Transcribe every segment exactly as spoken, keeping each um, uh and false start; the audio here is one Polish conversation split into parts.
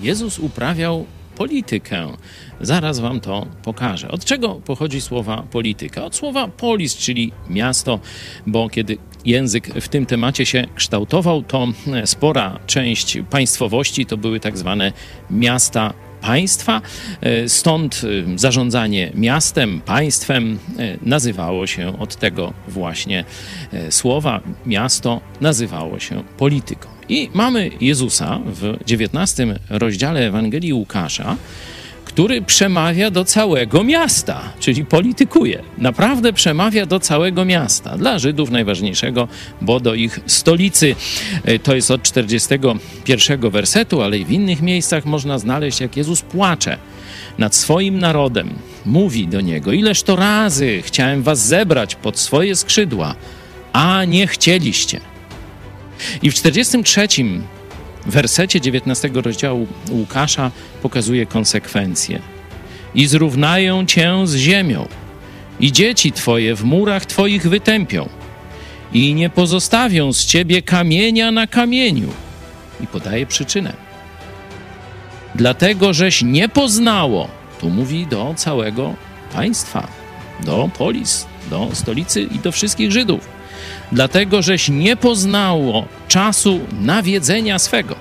Jezus uprawiał politykę. Zaraz wam to pokażę. Od czego pochodzi słowa polityka? Od słowa polis, czyli miasto, bo kiedy język w tym temacie się kształtował, to spora część państwowości to były tak zwane miasta państwa. Stąd zarządzanie miastem, państwem nazywało się od tego właśnie słowa. Miasto nazywało się polityką. I mamy Jezusa w dziewiętnastym rozdziale Ewangelii Łukasza, który przemawia do całego miasta, czyli politykuje. Naprawdę przemawia do całego miasta. Dla Żydów najważniejszego, bo do ich stolicy. To jest od czterdziestego pierwszego wersetu, ale i w innych miejscach można znaleźć, jak Jezus płacze nad swoim narodem. Mówi do niego: ileż to razy chciałem was zebrać pod swoje skrzydła, a nie chcieliście. I w czterdziestym trzecim wersecie dziewiętnastego rozdziału Łukasza pokazuje konsekwencje. I zrównają cię z ziemią, i dzieci twoje w murach twoich wytępią, i nie pozostawią z ciebie kamienia na kamieniu. I podaje przyczynę. Dlatego, żeś nie poznało, tu mówi do całego państwa, do polis, do stolicy i do wszystkich Żydów. Dlatego, żeś nie poznało czasu nawiedzenia swego.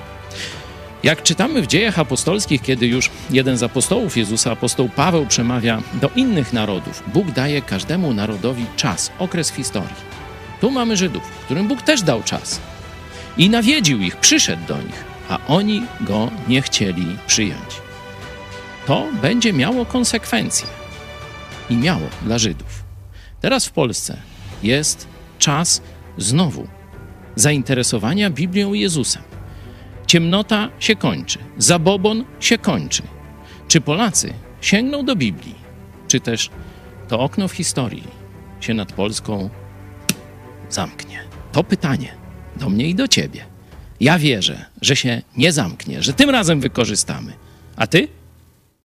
Jak czytamy w Dziejach Apostolskich, kiedy już jeden z apostołów Jezusa, apostoł Paweł, przemawia do innych narodów, Bóg daje każdemu narodowi czas, okres w historii. Tu mamy Żydów, którym Bóg też dał czas i nawiedził ich, przyszedł do nich, a oni go nie chcieli przyjąć. To będzie miało konsekwencje i miało dla Żydów. Teraz w Polsce jest czas znowu zainteresowania Biblią i Jezusem. Ciemnota się kończy, zabobon się kończy. Czy Polacy sięgną do Biblii, czy też to okno w historii się nad Polską zamknie? To pytanie do mnie i do ciebie. Ja wierzę, że się nie zamknie, że tym razem wykorzystamy. A ty?